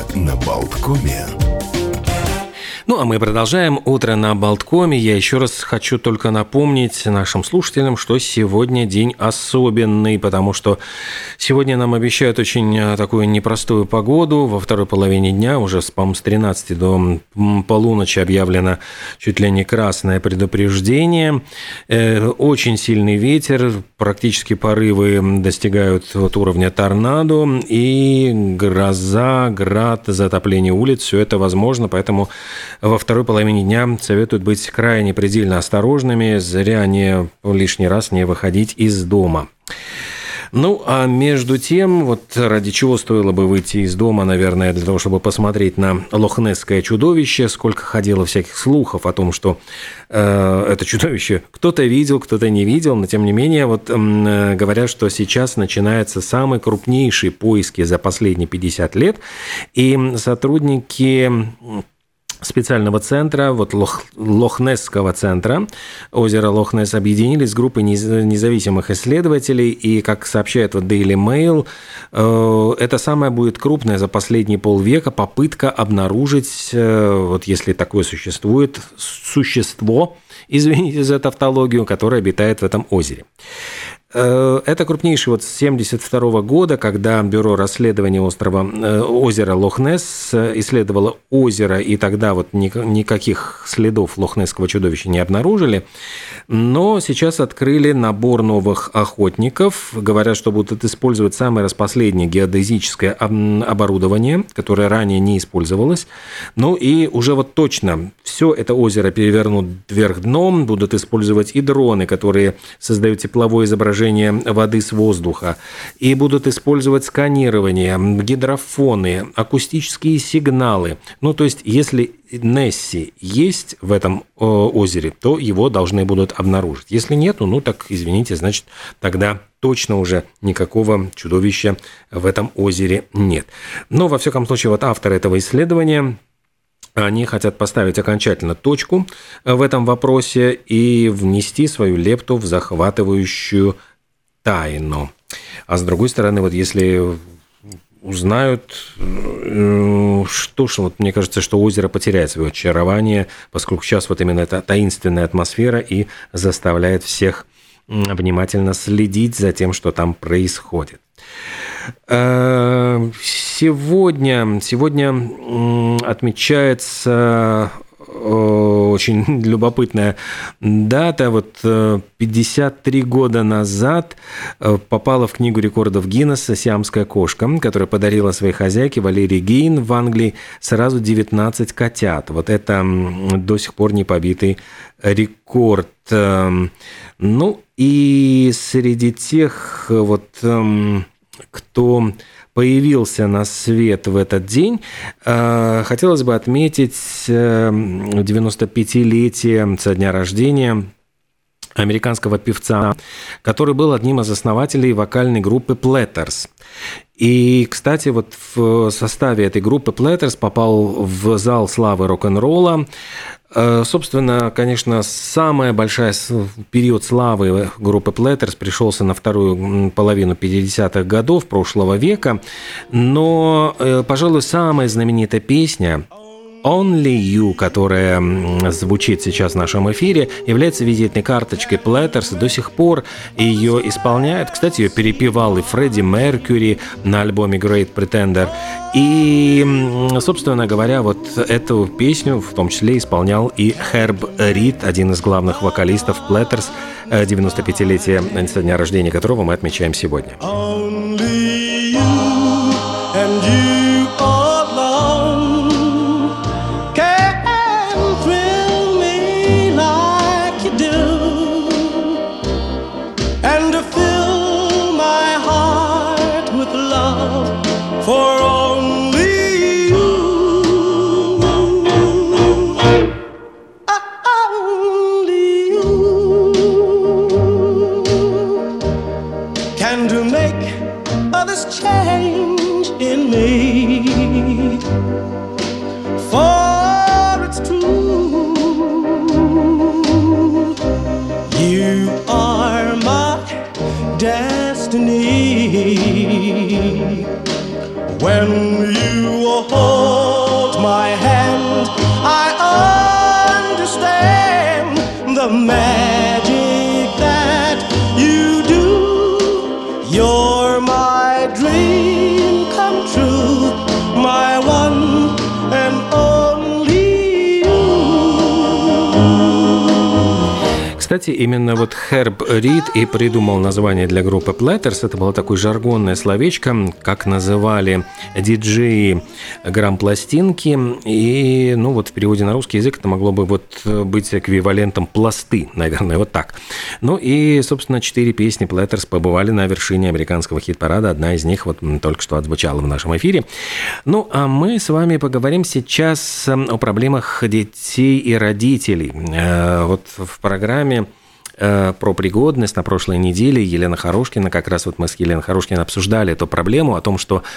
на Болткоме. Ну, а мы продолжаем «Утро на Болткоме». Я еще раз хочу только напомнить нашим слушателям, что сегодня день особенный, потому что сегодня нам обещают очень такую непростую погоду. Во второй половине дня, уже, по-моему, с 13 до полуночи объявлено чуть ли не красное предупреждение. Очень сильный ветер, практически порывы достигают уровня торнадо, и гроза, град, затопление улиц, все это возможно, поэтому во второй половине дня советуют быть крайне предельно осторожными, зря лишний раз не выходить из дома. Ну, а между тем, вот ради чего стоило бы выйти из дома, наверное, для того, чтобы посмотреть на лохнесское чудовище, сколько ходило всяких слухов о том, что это чудовище кто-то видел, кто-то не видел, но тем не менее, вот говорят, что сейчас начинаются самые крупнейшие поиски за последние 50 лет, и сотрудники специального центра, вот Лохнесского центра, озеро Лохнесс, объединились с группой независимых исследователей, и, как сообщает вот Daily Mail, это самая будет крупная за последние полвека попытка обнаружить, вот если такое существует, существо, извините за тавтологию, которое обитает в этом озере. Это крупнейший вот с 1972 года, когда бюро расследования озера Лохнесс исследовало озеро, и тогда вот никаких следов лохнесского чудовища не обнаружили. Но сейчас открыли набор новых охотников. Говорят, что будут использовать самое распоследнее геодезическое оборудование, которое ранее не использовалось. Ну и уже вот точно все это озеро перевернут вверх дном, будут использовать и дроны, которые создают тепловое изображение воды с воздуха, и будут использовать сканирование, гидрофоны, акустические сигналы. Ну, то есть, если Несси есть в этом озере, то его должны будут обнаружить. Если нет, ну так, извините, значит, тогда точно уже никакого чудовища в этом озере нет. Но, во всяком случае, вот авторы этого исследования, они хотят поставить окончательно точку в этом вопросе и внести свою лепту в захватывающую тайну. А с другой стороны, вот если узнают, что ж, вот мне кажется, что озеро потеряет свое очарование, поскольку сейчас вот именно эта таинственная атмосфера и заставляет всех внимательно следить за тем, что там происходит. Сегодня отмечается очень любопытная дата. Вот 53 года назад попала в Книгу рекордов Гиннесса сиамская кошка, которая подарила своей хозяйке Валерии Гейн в Англии сразу 19 котят. Вот это до сих пор не побитый рекорд. Ну и среди тех, вот, кто появился на свет в этот день, хотелось бы отметить 95-летие со дня рождения американского певца, который был одним из основателей вокальной группы Platters. И, кстати, вот в составе этой группы Platters попал в зал славы рок-н-ролла. Собственно, конечно, самый большой период славы группы Platters пришелся на вторую половину 50-х годов прошлого века, но, пожалуй, самая знаменитая песня «Only You», которая звучит сейчас в нашем эфире, является визитной карточкой Platters. До сих пор ее исполняют. Кстати, ее перепевал и Фредди Меркьюри на альбоме Great Pretender. И, собственно говоря, вот эту песню в том числе исполнял и Херб Рид, один из главных вокалистов Platters, 95-летие со дня рождения которого мы отмечаем сегодня. Only you and you alone can thrill me like you do, and to fill my heart with love for only you. Only you can to make others change in me, for it's true, you are my destiny. When you hold dream come true, my one and only you. Кстати, именно вот Херб Рид и придумал название для группы Platters. Это было такое жаргонное словечко, как называли диджеи грамм-пластинки. И, ну, вот в переводе на русский язык это могло бы вот быть эквивалентом пласты, наверное, вот так. Ну и, собственно, 4 песни Platters побывали на вершине американского хит-парада. Одна из них вот только что отзвучала в нашем эфире. Ну, а мы с вами поговорим сейчас о проблемах детей и родителей. Вот в программе про пригодность на прошлой неделе Елена Хорошкина, как раз вот мы с Еленой Хорошкиной обсуждали эту проблему о том, что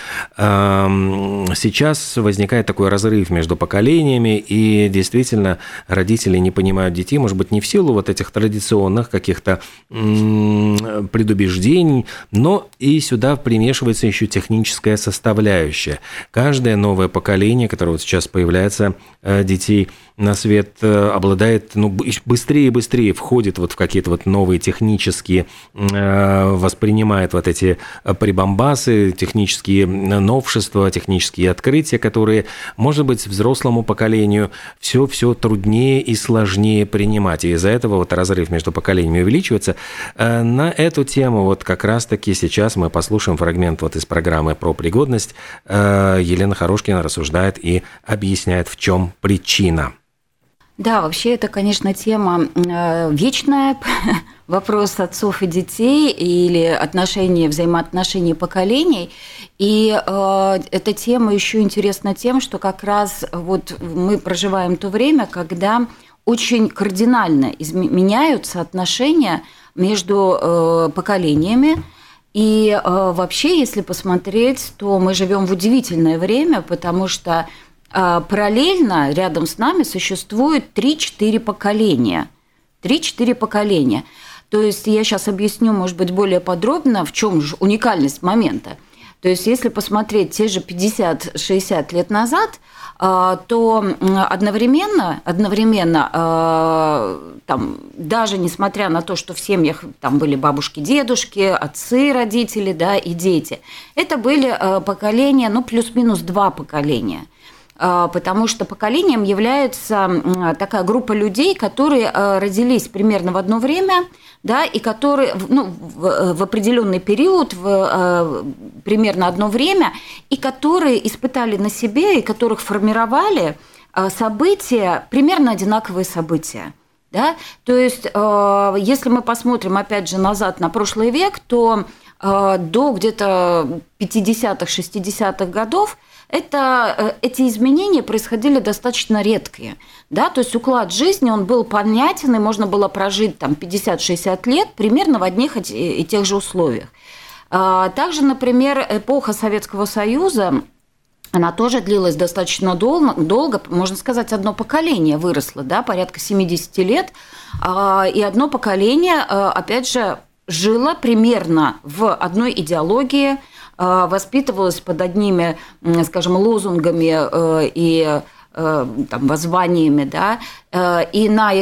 сейчас возникает такой разрыв между поколениями, и действительно родители не понимают детей, может быть, не в силу вот этих традиционных каких-то предубеждений, но и сюда примешивается еще техническая составляющая. Каждое новое поколение, которое вот сейчас появляется, детей на свет, обладает, ну, быстрее и быстрее входит вот в какие-то вот новые технические, воспринимает вот эти прибамбасы, технические новшества, технические открытия, которые, может быть, взрослому поколению все труднее и сложнее принимать. И из-за этого вот разрыв между поколениями увеличивается. На эту тему вот как раз-таки сейчас мы послушаем фрагмент вот из программы про пригодность. Елена Хорошкина рассуждает и объясняет, в чем причина. Да, вообще это, конечно, тема вечная, вопрос отцов и детей или взаимоотношений поколений. И эта тема еще интересна тем, что как раз вот мы проживаем то время, когда очень кардинально меняются отношения между поколениями. И вообще, если посмотреть, то мы живем в удивительное время, потому что параллельно рядом с нами существует 3-4 поколения. 3-4 поколения. То есть я сейчас объясню, может быть, более подробно, в чем же уникальность момента. То есть если посмотреть те же 50-60 лет назад, то одновременно там, даже несмотря на то, что в семьях там были бабушки, дедушки, отцы, родители, да, и дети, это были поколения, ну, плюс-минус 2 поколения. Потому что поколением является такая группа людей, которые родились примерно в одно время, да, и которые в определенный период, в примерно одно время, и которые испытали на себе, и которых формировали события, примерно одинаковые события. Да? То есть, если мы посмотрим, опять же, назад на прошлый век, то до где-то 50-х, 60-х годов эти изменения происходили достаточно редкие. Да? То есть уклад жизни, он был понятен, и можно было прожить там 50-60 лет примерно в одних и тех же условиях. Также, например, эпоха Советского Союза, она тоже длилась достаточно долго, можно сказать, одно поколение выросло, да, порядка 70 лет, и одно поколение, опять же, жило примерно в одной идеологии, воспитывалась под одними, скажем, лозунгами и там, воззваниями, да, и на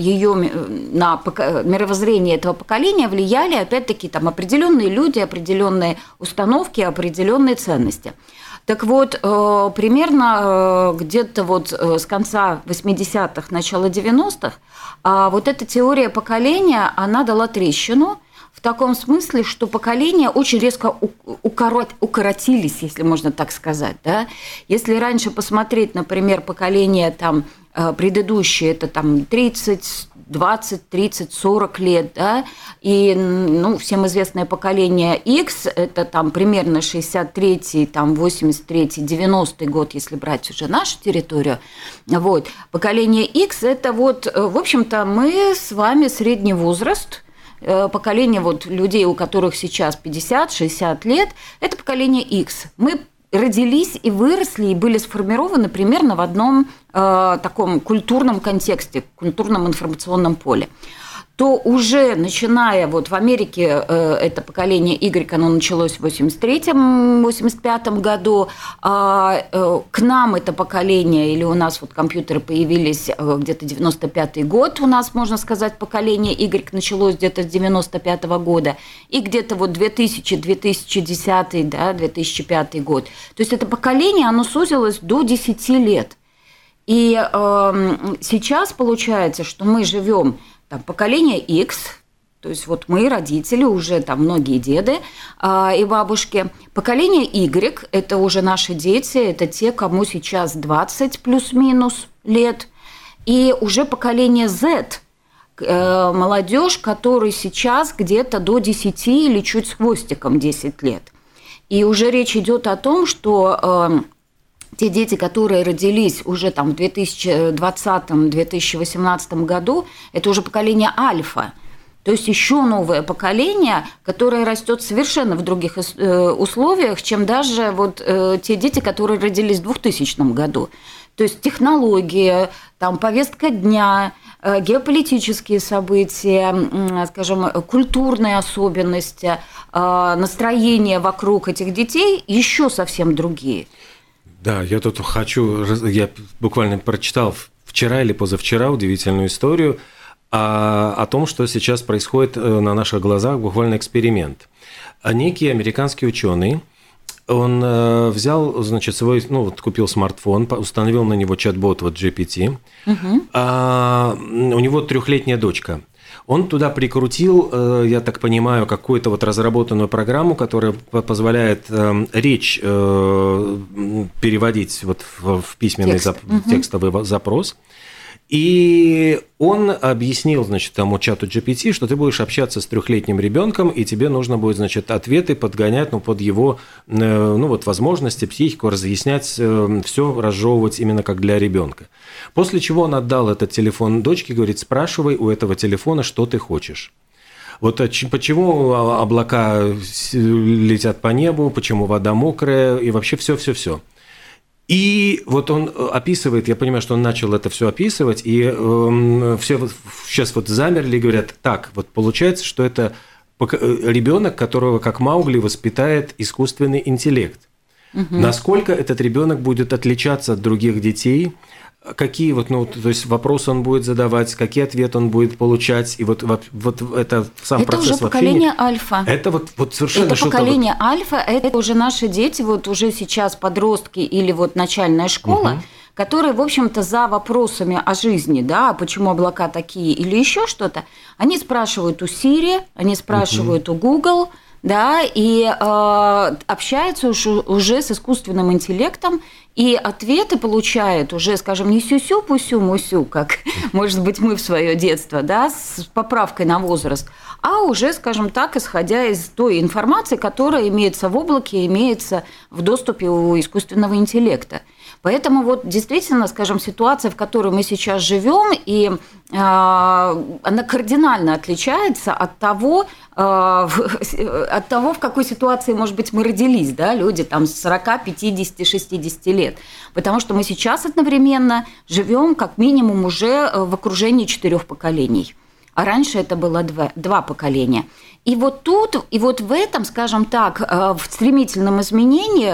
мировоззрение этого поколения влияли, опять-таки, там, определенные люди, определенные установки, определенные ценности. Так вот, примерно где-то вот с конца 80-х, начала 90-х, вот эта теория поколения, она дала трещину, в таком смысле, что поколения очень резко укоротились, если можно так сказать. Да? Если раньше посмотреть, например, поколения там, предыдущие, это там 30, 20, 30, 40 лет, да? И всем известное поколение X, это там примерно 63-й, там 83-й, 90-й год, если брать уже нашу территорию. Вот. Поколение X, это вот, в общем-то, мы с вами средний возраст, поколение вот людей, у которых сейчас 50-60 лет, это поколение X. Мы родились и выросли, и были сформированы примерно в одном таком культурном контексте, культурном информационном поле. то уже начиная вот в Америке это поколение Y, оно началось в 83-85 году, к нам это поколение, или у нас вот компьютеры появились где-то 95-й год, у нас, можно сказать, поколение Y началось где-то с 95-го года, и где-то вот 2000-2010, да, 2005 год. То есть это поколение, оно сузилось до 10 лет. И сейчас получается, что мы живем там поколение X, то есть вот мы, родители, уже там многие деды и бабушки. Поколение Y – это уже наши дети, это те, кому сейчас 20 плюс-минус лет. И уже поколение Z – молодежь, которой сейчас где-то до 10 или чуть с хвостиком 10 лет. И уже речь идет о том, что те дети, которые родились уже там в 2020-2018 году, это уже поколение альфа. То есть еще новое поколение, которое растет совершенно в других условиях, чем даже вот те дети, которые родились в 2000 году. То есть технологии, там, повестка дня, геополитические события, скажем, культурные особенности, настроения вокруг этих детей еще совсем другие. Да, я тут я буквально прочитал вчера или позавчера удивительную историю о том, что сейчас происходит на наших глазах, буквально эксперимент. Некий американский ученый, он взял, значит, свой, купил смартфон, установил на него чат-бот GPT, у него 3-летняя дочка. Он туда прикрутил, я так понимаю, какую-то вот разработанную программу, которая позволяет речь переводить вот в письменный текстовый запрос. И он объяснил, значит, тому чату GPT, что ты будешь общаться с 3-летним ребенком, и тебе нужно будет, значит, ответы подгонять, под его, возможности, психику, разъяснять, все разжевывать именно как для ребенка. После чего он отдал этот телефон дочке, говорит, спрашивай у этого телефона, что ты хочешь. Вот почему облака летят по небу, почему вода мокрая, и вообще все. И вот он описывает, я понимаю, что он начал это все описывать, и все сейчас вот замерли и говорят, так, вот получается, что это ребенок, которого как Маугли воспитает искусственный интеллект. Насколько этот ребенок будет отличаться от других детей, какие то есть вопросы он будет задавать, какие ответы он будет получать, и вот это сам это процесс уже поколение альфа. Это вот совершенно это что-то. Поколение альфа, это уже наши дети, вот уже сейчас подростки или вот начальная школа, которые, в общем-то, за вопросами о жизни, да, почему облака такие или еще что-то, они спрашивают у Siri, они спрашивают у Google, да, и общаются уже с искусственным интеллектом, и ответы получают уже, скажем, не сюсю, пусю, мусю, как, может быть, мы в свое детство, да, с поправкой на возраст, а уже, скажем так, исходя из той информации, которая имеется в облаке, имеется в доступе у искусственного интеллекта. Поэтому вот действительно, скажем, ситуация, в которой мы сейчас живем, и она кардинально отличается от того, в какой ситуации, может быть, мы родились, да, люди там с 40, 50, 60 лет. Потому что мы сейчас одновременно живем как минимум уже в окружении 4 поколений. А раньше это было 2 поколения. И вот тут, и вот в этом, скажем так, в стремительном изменении,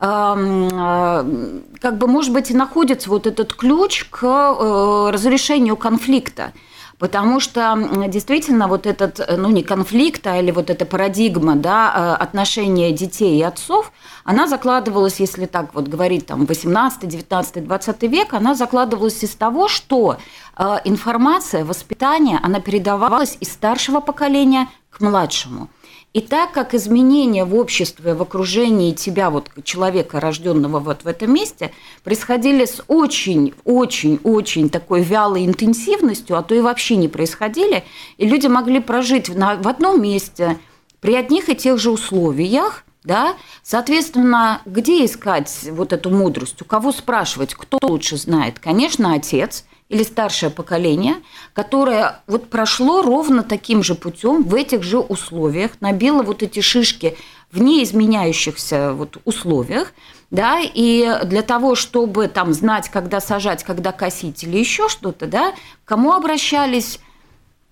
как бы, может быть, и находится вот этот ключ к разрешению конфликта. Потому что действительно вот этот, не конфликт, или вот эта парадигма, да, отношения детей и отцов, она закладывалась, если так вот говорить, там, 18, 19, 20 век, она закладывалась из того, что информация, воспитание, она передавалась из старшего поколения к младшему. И так как изменения в обществе, в окружении тебя, вот человека, рожденного вот в этом месте, происходили с очень-очень-очень такой вялой интенсивностью, а то и вообще не происходили, и люди могли прожить в одном месте при одних и тех же условиях, да, соответственно, где искать вот эту мудрость, у кого спрашивать, кто лучше знает? Конечно, отец или старшее поколение, которое вот прошло ровно таким же путем в этих же условиях, набило вот эти шишки в неизменяющихся вот условиях, да, и для того, чтобы там знать, когда сажать, когда косить или еще что-то, да, к кому обращались?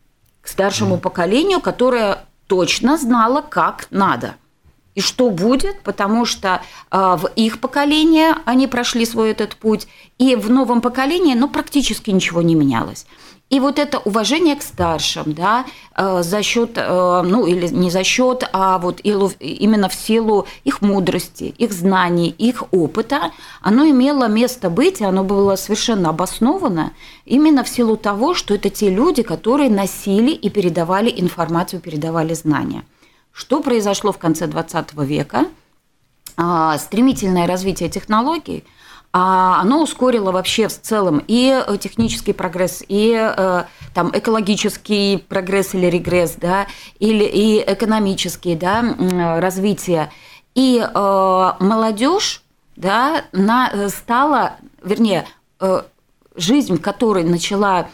к старшему поколению, которое точно знало, как надо. И что будет, потому что в их поколении они прошли свой этот путь, и в новом поколении практически ничего не менялось. И вот это уважение к старшим, да, за счет, или не за счет, а вот именно в силу их мудрости, их знаний, их опыта, оно имело место быть, и оно было совершенно обосновано именно в силу того, что это те люди, которые носили и передавали информацию, передавали знания. Что произошло в конце XX века? Стремительное развитие технологий, оно ускорило вообще в целом и технический прогресс, и экологический прогресс или регресс, да, и экономический, да, развитие. И молодежь, да, стала, жизнь, в которой начинает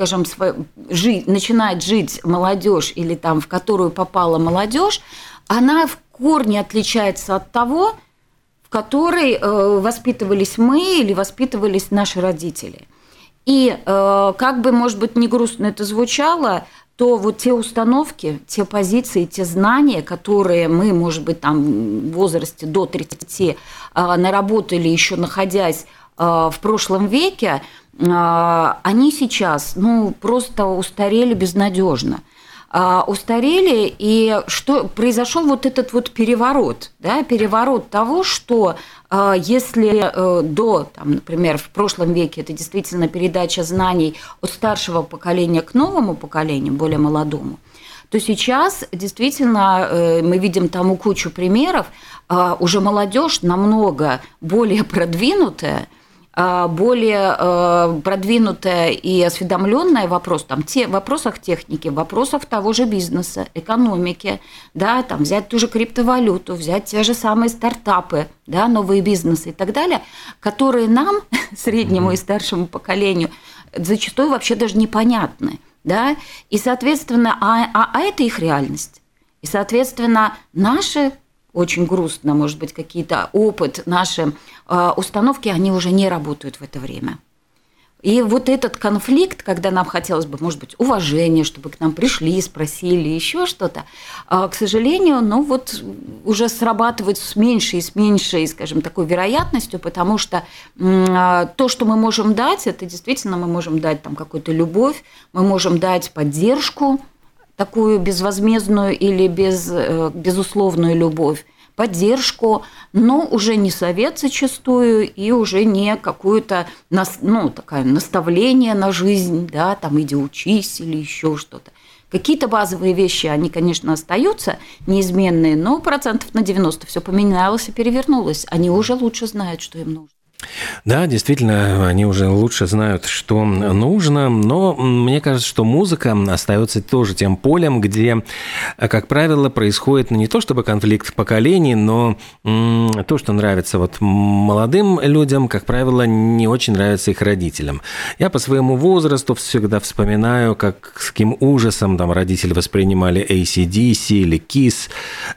жить молодежь или там, в которую попала молодежь, она в корне отличается от того, в которой воспитывались мы или воспитывались наши родители. И как бы, может быть, не грустно это звучало, то вот те установки, те позиции, те знания, которые мы, может быть, там в возрасте до 30 наработали, еще находясь в прошлом веке, они сейчас просто устарели безнадежно. Устарели, и что произошел вот этот вот переворот, да, переворот того, что если например, в прошлом веке это действительно передача знаний от старшего поколения к новому поколению, более молодому, то сейчас действительно мы видим тому кучу примеров, уже молодежь намного более продвинутая, более продвинутая и осведомленная в вопросах техники, в вопросах того же бизнеса, экономики, да, там взять ту же криптовалюту, взять те же самые стартапы, да, новые бизнесы и так далее, которые нам, среднему и старшему поколению, зачастую вообще даже непонятны, да, и, соответственно, это их реальность, и, соответственно, наши очень грустно, может быть, какие-то опыт, наши установки, они уже не работают в это время. И вот этот конфликт, когда нам хотелось бы, может быть, уважения, чтобы к нам пришли, спросили, еще что-то, к сожалению, уже срабатывает с меньшей, скажем, такой вероятностью, потому что то, что мы можем дать, это действительно мы можем дать там какую-то любовь, мы можем дать поддержку, такую безвозмездную или безусловную любовь, поддержку, но уже не совет зачастую и уже не какое-то такое наставление на жизнь, да, там иди учись или еще что-то. Какие-то базовые вещи, они, конечно, остаются неизменные, но 90% все поменялось и перевернулось. Они уже лучше знают, что им нужно. Да, действительно, они уже лучше знают, что нужно, но мне кажется, что музыка остается тоже тем полем, где, как правило, происходит не то чтобы конфликт поколений, но то, что нравится вот молодым людям, как правило, не очень нравится их родителям. Я по своему возрасту всегда вспоминаю, как с каким ужасом там родители воспринимали AC/DC или Kiss.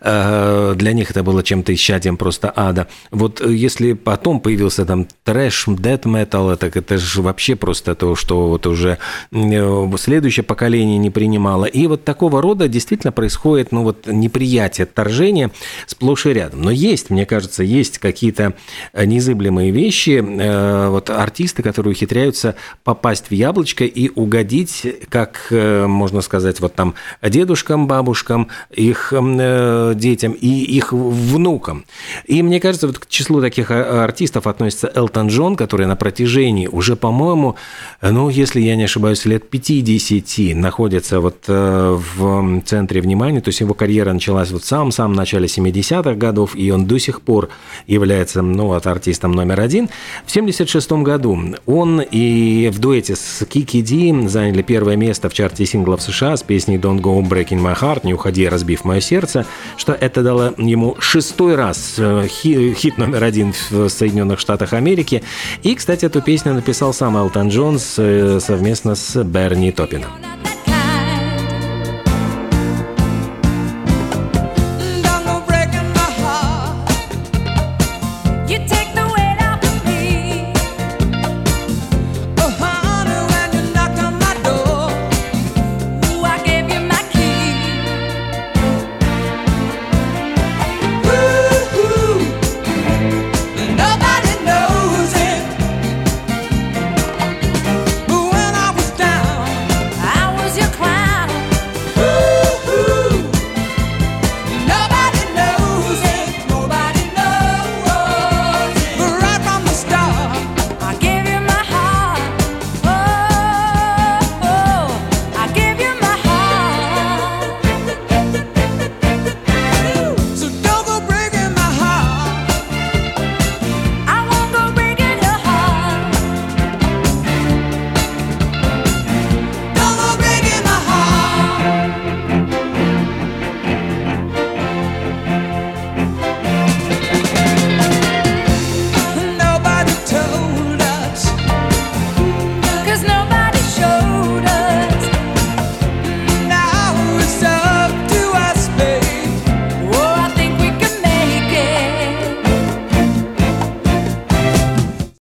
Для них это было чем-то исчадием просто ада. Вот если потом появился там трэш, дэт метал, это же вообще просто то, что вот уже следующее поколение не принимало. И вот такого рода действительно происходит, неприятие, отторжение сплошь и рядом. Но мне кажется, есть какие-то незыблемые вещи, артисты, которые ухитряются попасть в яблочко и угодить, как можно сказать, дедушкам, бабушкам, их детям и их внукам. И мне кажется, к числу таких артистов относится Элтон Джон, который на протяжении уже, по-моему, если я не ошибаюсь, лет 50 находится в центре внимания, то есть его карьера началась в самом начале 70-х годов, и он до сих пор является артистом номер один. В 1976 году он и в дуэте с Кики Ди заняли первое место в чарте синглов США с песней «Don't Go Breaking My Heart», «Не уходи, разбив мое сердце», что это дало ему 6-й раз хит номер один в Соединенных Штатах Америки. И, кстати, эту песню написал сам Элтон Джон совместно с Берни Топпином.